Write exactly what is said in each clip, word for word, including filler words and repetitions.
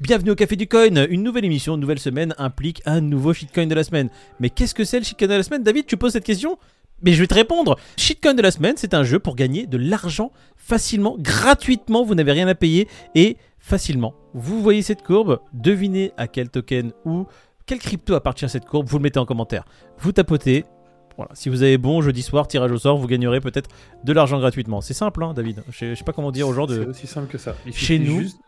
Bienvenue au Café du Coin, une nouvelle émission, une nouvelle semaine implique un nouveau shitcoin de la semaine. Mais qu'est-ce que c'est le shitcoin de la semaine, David? Tu poses cette question? Mais je vais te répondre. Shitcoin de la semaine, c'est un jeu pour gagner de l'argent facilement, gratuitement, vous n'avez rien à payer et facilement. Vous voyez cette courbe, devinez à quel token ou quelle crypto appartient à cette courbe, vous le mettez en commentaire. Vous tapotez. Voilà. Si vous avez bon jeudi soir, tirage au sort, vous gagnerez peut-être de l'argent gratuitement. C'est simple, hein, David. Je ne sais pas comment dire aux gens de. C'est aussi simple que ça. Il Chez nous. Juste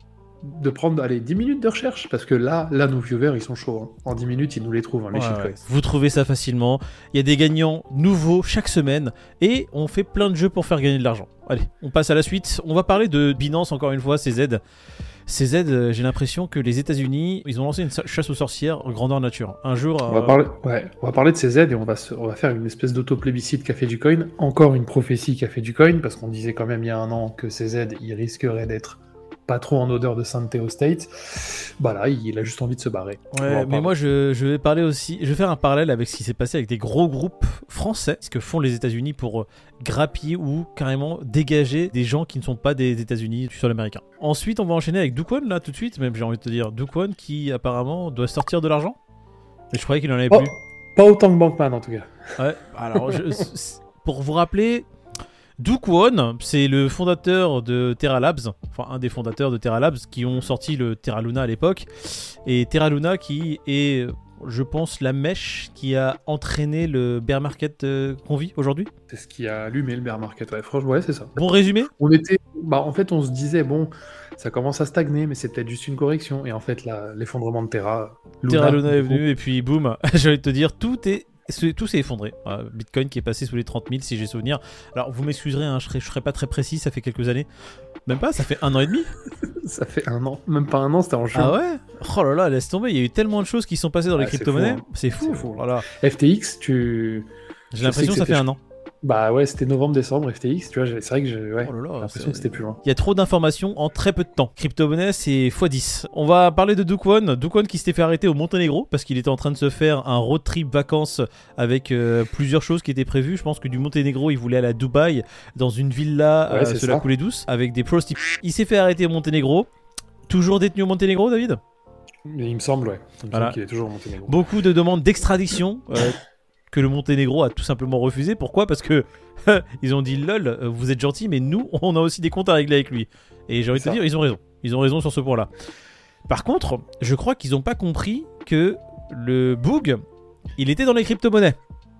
de prendre allez, dix minutes de recherche, parce que là, là nos viewers, ils sont chauds. Hein. En dix minutes, ils nous les trouvent, hein, les ouais, shitcoins. Ouais. Vous trouvez ça facilement. Il y a des gagnants nouveaux chaque semaine et on fait plein de jeux pour faire gagner de l'argent. Allez, on passe à la suite. On va parler de Binance encore une fois, C Z. C Z, j'ai l'impression que les États-Unis, ils ont lancé une chasse aux sorcières en grandeur nature. Un jour. On va, euh... parler, ouais, on va parler de C Z et on va, se, on va faire une espèce d'autoplébiscite Café du Coin. Encore une prophétie Café du Coin, parce qu'on disait quand même il y a un an que C Z, il risquerait d'être pas trop en odeur de sainteté au State. Bah là, il a juste envie de se barrer. Ouais, mais moi, je, je vais parler aussi. Je vais faire un parallèle avec ce qui s'est passé avec des gros groupes français, ce que font les États-Unis pour grappiller ou carrément dégager des gens qui ne sont pas des États-Unis du sol américain. Ensuite, on va enchaîner avec Do Kwon, là, tout de suite. Même j'ai envie de te dire, Do Kwon qui apparemment doit sortir de l'argent. Mais je croyais qu'il en avait oh, plus. Pas autant que Bankman, en tout cas. Ouais, alors, je, pour vous rappeler. Do Kwon, c'est le fondateur de Terra Labs, enfin un des fondateurs de Terra Labs qui ont sorti le Terra Luna à l'époque. Et Terra Luna qui est, je pense, la mèche qui a entraîné le bear market euh, qu'on vit aujourd'hui. C'est ce qui a allumé le bear market, ouais, franchement, ouais, c'est ça. Bon résumé ? On était, bah, en fait, on se disait, bon, ça commence à stagner, mais c'est peut-être juste une correction. Et en fait, là, l'effondrement de Terra Luna. Terra Luna est venu et puis boum, j'allais te dire, tout est. Tout s'est effondré. Euh, Bitcoin qui est passé sous les trente mille si j'ai souvenir. Alors vous m'excuserez, hein, je serai, je serai pas très précis, ça fait quelques années. Même pas, ça fait un an et demi. Ça fait un an. Même pas un an, c'était en juin. Ah ouais. Oh là là, laisse tomber, il y a eu tellement de choses qui sont passées dans ah, les crypto-monnaies. C'est fou. C'est fou. Oh là là. F T X, tu... J'ai l'impression que ça fait un an. Bah ouais, c'était novembre-décembre, F T X, tu vois, c'est vrai que j'ai ouais, oh là là, j'ai l'impression que c'était plus loin. Il y a trop d'informations en très peu de temps. Crypto-monnaie, c'est fois dix. On va parler de Do Kwon. Do Kwon qui s'était fait arrêter au Monténégro parce qu'il était en train de se faire un road trip vacances avec euh, plusieurs choses qui étaient prévues. Je pense que du Monténégro, il voulait aller à Dubaï dans une villa ouais, euh, sur la coulée douce avec des prostituées. Il s'est fait arrêter au Monténégro. Toujours détenu au Monténégro, David ? Il me semble, ouais. Il me voilà. semble qu'il est toujours au Monténégro. Beaucoup de demandes d'extradition. Euh, que le Monténégro a tout simplement refusé. Pourquoi ? Parce que ils ont dit lol, vous êtes gentil, mais nous, on a aussi des comptes à régler avec lui. Et j'ai envie de te dire, ils ont raison. Ils ont raison sur ce point-là. Par contre, je crois qu'ils n'ont pas compris que le bug, il était dans les crypto-monnaies.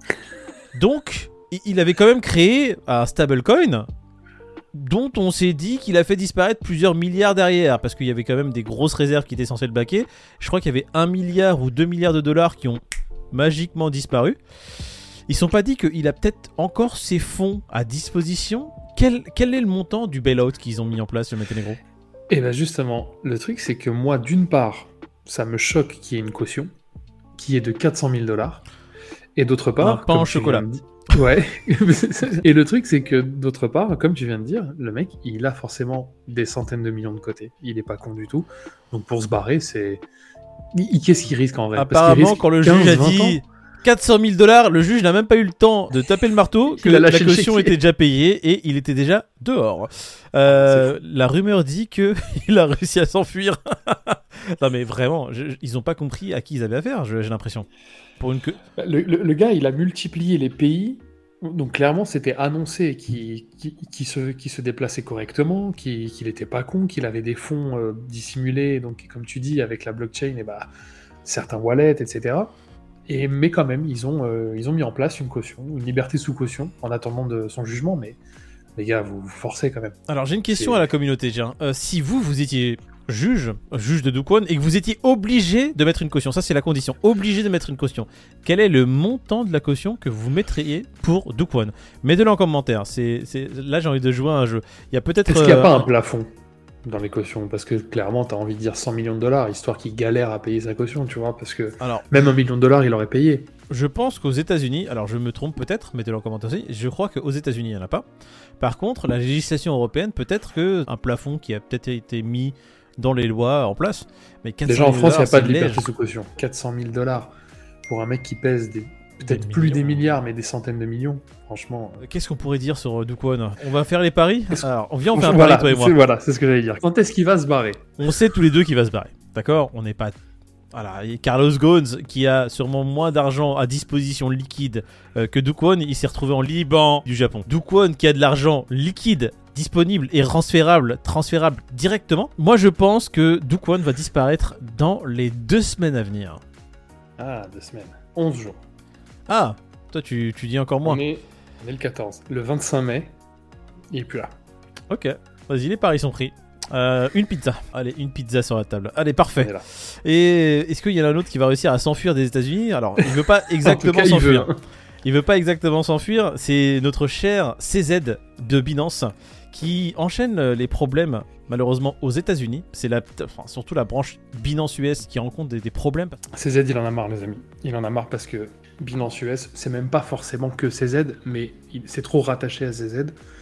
Donc, il avait quand même créé un stablecoin dont on s'est dit qu'il a fait disparaître plusieurs milliards derrière. Parce qu'il y avait quand même des grosses réserves qui étaient censées le backer. Je crois qu'il y avait un milliard ou deux milliards de dollars qui ont magiquement disparu. Ils sont pas dit qu'il a peut-être encore ses fonds à disposition. Quel, quel est le montant du bailout qu'ils ont mis en place sur Monténégro ? Et bien justement, le truc c'est que moi, d'une part, ça me choque qu'il y ait une caution qui est de quatre cent mille dollars. Et d'autre part... Un pain en chocolat. Di- ouais. Et le truc c'est que d'autre part, comme tu viens de dire, le mec, il a forcément des centaines de millions de côté. Il est pas con du tout. Donc pour se barrer, c'est... Il, qu'est-ce qu'il risque en vrai ? Apparemment, quand le juge a dit quatre cent mille dollars, le juge n'a même pas eu le temps de taper le marteau, que la caution était déjà payée et il était déjà dehors. Euh, la rumeur dit qu'il a réussi à s'enfuir. Non mais vraiment, je, ils n'ont pas compris à qui ils avaient affaire, j'ai l'impression. Pour une que... le, le, le gars, il a multiplié les pays. Donc clairement, c'était annoncé qu'il, qu'il, qu'il, se, qu'il se déplaçait correctement, qu'il, qu'il était pas con, qu'il avait des fonds euh, dissimulés, donc comme tu dis, avec la blockchain, et bah, certains wallets, et cetera. Et, mais quand même, ils ont, euh, ils ont mis en place une caution, une liberté sous caution, en attendant de son jugement, mais les gars, vous vous forcez quand même. Alors j'ai une question C'est... à la communauté, Jean. Euh, si vous, vous étiez juge, juge de Do Kwon, et que vous étiez obligé de mettre une caution, ça c'est la condition, obligé de mettre une caution, quel est le montant de la caution que vous mettriez pour Do Kwon ? Mettez-le en commentaire, c'est, c'est... là j'ai envie de jouer à un jeu. Il y a peut-être... Est-ce qu'il n'y a euh, pas un plafond dans les cautions ? Parce que clairement t'as envie de dire cent millions de dollars, histoire qu'il galère à payer sa caution, tu vois, parce que alors, même un million de dollars il aurait payé. Je pense qu'aux États-Unis, alors je me trompe peut-être, mettez-le en commentaire aussi, je crois qu'aux États-Unis il n'y en a pas. Par contre, la législation européenne, peut-être qu'un plafond qui a peut-être été mis dans les lois en place, mais déjà en France il n'y a pas de liberté sous caution. quatre cent mille dollars pour un mec qui pèse des peut-être Des plus millions. des milliards, mais des centaines de millions. Franchement. Euh, Qu'est-ce qu'on pourrait dire sur euh, Do Kwon? On va faire les paris. Est-ce- Alors, on vient, on fait un voilà, pari, toi et moi. c'est, voilà, c'est ce que j'allais dire. Quand est-ce qu'il va se barrer? On sait tous les deux qu'il va se barrer. D'accord? On n'est pas. Voilà, et Carlos Ghosn, qui a sûrement moins d'argent à disposition liquide euh, que Do Kwon, il s'est retrouvé en Liban du Japon. Do Kwon, qui a de l'argent liquide disponible et transférable, transférable directement. Moi, je pense que Do Kwon va disparaître dans les deux semaines à venir. Ah, deux semaines. onze jours. Ah, toi, tu, tu dis encore moins. On est, on est le quatorze. Le vingt-cinq mai, il est plus là. Ok, vas-y, les paris sont pris. Euh, une pizza. Allez, une pizza sur la table. Allez, On parfait. est là. Et est-ce qu'il y en a un autre qui va réussir à s'enfuir des États-Unis? Alors, il veut pas exactement En tout cas, il s'enfuir. veut, hein. Il veut pas exactement s'enfuir. C'est notre cher C Z de Binance qui enchaîne les problèmes, malheureusement, aux États-Unis. C'est la, enfin, surtout la branche Binance U S qui rencontre des, des problèmes. C Z, il en a marre, les amis. Il en a marre parce que Binance U S, c'est même pas forcément que C Z, mais il- c'est trop rattaché à C Z.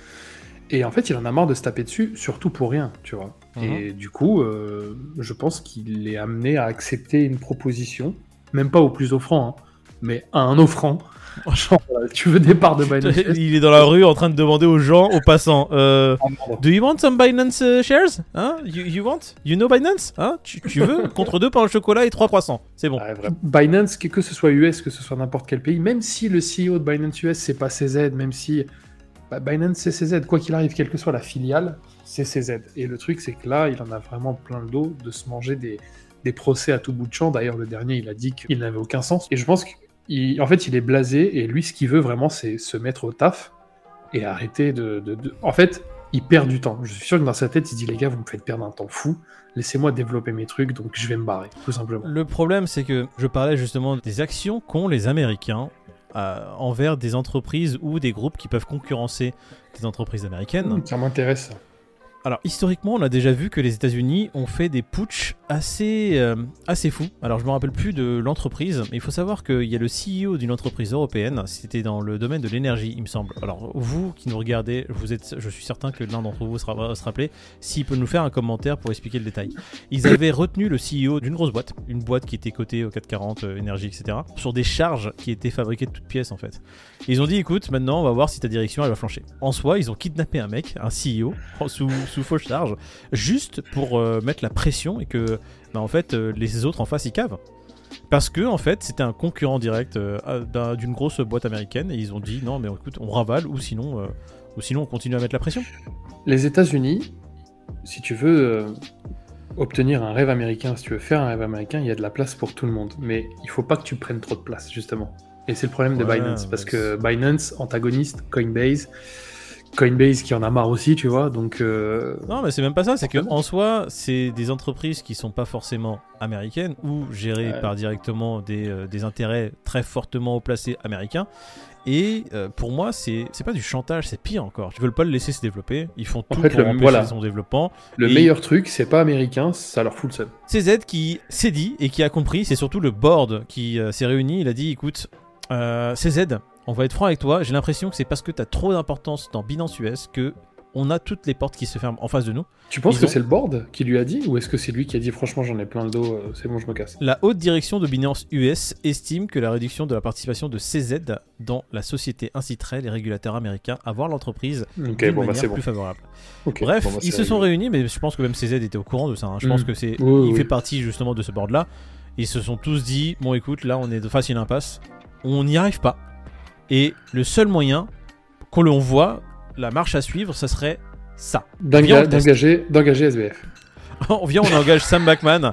Et en fait, il en a marre de se taper dessus, surtout pour rien, tu vois. Mhm. Et du coup, euh, je pense qu'il est amené à accepter une proposition, même pas au plus offrant, hein, mais à un offrant. Genre, euh, tu veux des parts de Binance U S? Il est dans la rue en train de demander aux gens, aux passants, euh, Ah, merde. Do you want some Binance uh, shares? Hein? You, you want? You know Binance? Hein? Tu, tu veux? Contre deux pains au chocolat et trois croissants. C'est bon. Ouais, vraiment. Binance, que, que ce soit U S, que ce soit n'importe quel pays, même si le C E O de Binance U S, c'est pas C Z, même si bah, Binance, c'est C Z, quoi qu'il arrive, quelle que soit la filiale, c'est C Z. Et le truc, c'est que là, il en a vraiment plein le dos de se manger des, des procès à tout bout de champ. D'ailleurs, le dernier, il a dit qu'il n'avait aucun sens. Et je pense qu'en fait, il est blasé, et lui, ce qu'il veut vraiment, c'est se mettre au taf et arrêter de, de, de... En fait, il perd du temps. Je suis sûr que dans sa tête, il se dit, les gars, vous me faites perdre un temps fou. Laissez-moi développer mes trucs, donc je vais me barrer, tout simplement. Le problème, c'est que je parlais justement des actions qu'ont les Américains euh, envers des entreprises ou des groupes qui peuvent concurrencer des entreprises américaines. Ça m'intéresse, ça. Alors, historiquement, on a déjà vu que les États-Unis ont fait des putschs assez, euh, assez fous. Alors, je me rappelle plus de l'entreprise, mais il faut savoir qu'il y a le C E O d'une entreprise européenne. C'était dans le domaine de l'énergie, il me semble. Alors, vous qui nous regardez, vous êtes, je suis certain que l'un d'entre vous sera, va se rappeler. S'il peut nous faire un commentaire pour expliquer le détail. Ils avaient retenu le C E O d'une grosse boîte, une boîte qui était cotée au quatre cent quarante, euh, énergie, et cetera, sur des charges qui étaient fabriquées de toutes pièces, en fait. Et ils ont dit, écoute, maintenant, on va voir si ta direction, elle va flancher. En soi, ils ont kidnappé un mec, un C E O, sous, sous fausse charge, juste pour euh, mettre la pression et que, bah, en fait, euh, les autres en face, ils cavent. Parce que, en fait, c'était un concurrent direct euh, d'un- d'une grosse boîte américaine et ils ont dit, non, mais écoute, on ravale ou sinon, euh, ou sinon on continue à mettre la pression. Les États-Unis, si tu veux euh, obtenir un rêve américain, si tu veux faire un rêve américain, il y a de la place pour tout le monde. Mais il faut pas que tu prennes trop de place, justement. Et c'est le problème de Ouais, Binance, parce ouais, que Binance, antagoniste, Coinbase, Coinbase qui en a marre aussi, tu vois, donc... euh, Non, mais c'est même pas ça, c'est que Forcément. en soi, c'est des entreprises qui sont pas forcément américaines ou gérées Ouais. par directement des, euh, des intérêts très fortement haut placés américains. Et euh, pour moi, c'est c'est pas du chantage, c'est pire encore. Ils veulent pas le laisser se développer, ils font tout fait, pour le- empêcher voilà. son développement. Le Et- meilleur truc, c'est pas américain, ça leur fout le seum. C Z qui s'est dit et qui a compris, c'est surtout le board qui euh, s'est réuni. Il a dit, écoute, euh, C Z, on va être franc avec toi. J'ai l'impression que c'est parce que tu as trop d'importance dans Binance U S que on a toutes les portes qui se ferment en face de nous. Tu penses Ils que ont- c'est le board qui lui a dit, ou est-ce que c'est lui qui a dit, franchement, j'en ai plein le dos, euh, c'est bon, je me casse? La haute direction de Binance U S estime que la réduction de la participation de C Z dans la société inciterait les régulateurs américains à voir l'entreprise Ok, d'une bon, bah manière c'est bon. plus favorable. Ok, Bref, bon, bah, ils c'est se sont réglé. réunis, mais je pense que même C Z était au courant de ça. hein. Je Mm. pense que c'est, Oui, il oui. fait partie justement de ce board-là. Ils se sont tous dit, bon écoute, là on est de face à une impasse, on n'y arrive pas. Et le seul moyen qu'on le voit, la marche à suivre, ça serait ça. D'enga- Viens, on teste. D'engager d'engager S B F. On vient, on engage Sam Backman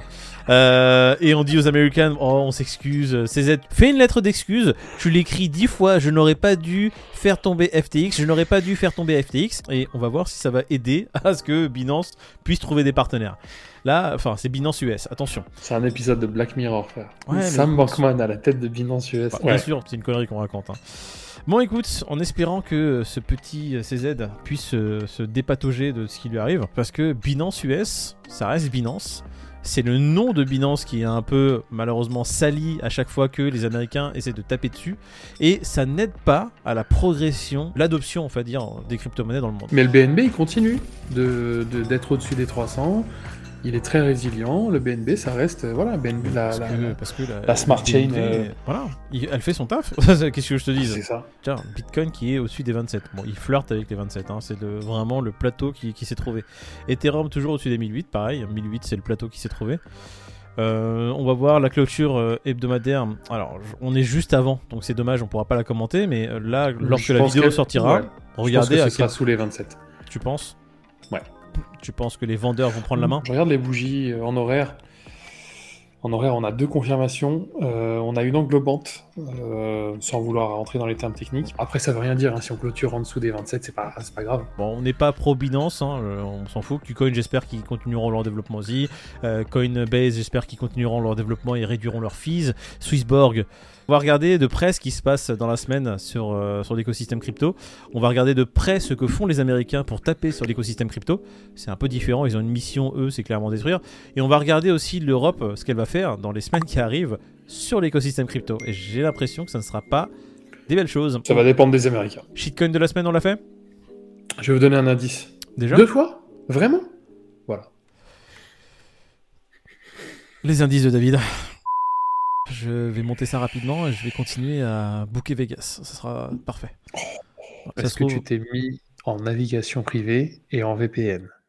euh, et on dit aux Américains, oh, on s'excuse, C Z, fais une lettre d'excuse, tu l'écris dix fois, je n'aurais pas dû faire tomber F T X, je n'aurais pas dû faire tomber F T X, et on va voir si ça va aider à ce que Binance puisse trouver des partenaires. Là, enfin, c'est Binance U S, attention. C'est un épisode de Black Mirror, frère. Ouais, Sam mais- Bankman à la tête de Binance U S. Enfin, Ouais. Bien sûr, c'est une connerie qu'on raconte. hein. Bon, écoute, en espérant que ce petit C Z puisse euh, se dépatauger de ce qui lui arrive, parce que Binance U S, ça reste Binance. C'est le nom de Binance qui est un peu malheureusement sali à chaque fois que les Américains essaient de taper dessus, et ça n'aide pas à la progression, l'adoption, on va dire, des crypto-monnaies dans le monde. Mais le B N B, il continue de, de- d'être au-dessus des trois cents. il est très résilient. Le B N B, ça reste, euh, voilà, B N B, la, parce, la, que, la- parce que la, la smart B N B, chain, euh, voilà, il- elle fait son taf. Qu'est-ce que je te dis? c'est ça. Tiens, Bitcoin qui est au-dessus des vingt-sept. Bon, il flirte avec les vingt-sept, hein, c'est le- vraiment le plateau qui, qui s'est trouvé. Ethereum toujours au-dessus des mille huit, pareil, mille huit c'est le plateau qui s'est trouvé. Euh, on va voir la clôture euh, hebdomadaire. Alors, je- on est juste avant, donc c'est dommage, on pourra pas la commenter, mais euh, là, lorsque Je la pense vidéo qu'elle- sortira, ouais. Je pense regardez que à ce sera quel... sous les vingt-sept. Tu penses? Ouais. Tu penses que les vendeurs vont prendre la main? Je regarde les bougies euh, en horaire. En horaire, on a deux confirmations. Euh, on a une englobante, euh, sans vouloir rentrer dans les termes techniques. Après, ça veut rien dire, hein. Si on clôture en dessous des vingt-sept, c'est pas, c'est pas grave. Bon, on n'est pas pro Binance, hein, euh, on s'en fout. Qcoin, j'espère qu'ils continueront leur développement aussi. Euh, Coinbase, j'espère qu'ils continueront leur développement et réduiront leurs fees. Swissborg, on va regarder de près ce qui se passe dans la semaine sur, euh, sur l'écosystème crypto. On va regarder de près ce que font les Américains pour taper sur l'écosystème crypto. C'est un peu différent, ils ont une mission, eux, c'est clairement détruire. Et on va regarder aussi l'Europe, euh, ce qu'elle va faire dans les semaines qui arrivent sur l'écosystème crypto. Et j'ai l'impression que ça ne sera pas des belles choses. Ça va dépendre des Américains. Shitcoin de la semaine, on l'a fait Je vais vous donner un indice. déjà? Deux fois? Vraiment? Voilà. Les indices de David. Je vais monter ça rapidement et je vais continuer à booker Vegas. Ça sera parfait. Ça Est-ce se que trouve- tu t'es mis en navigation privée et en V P N?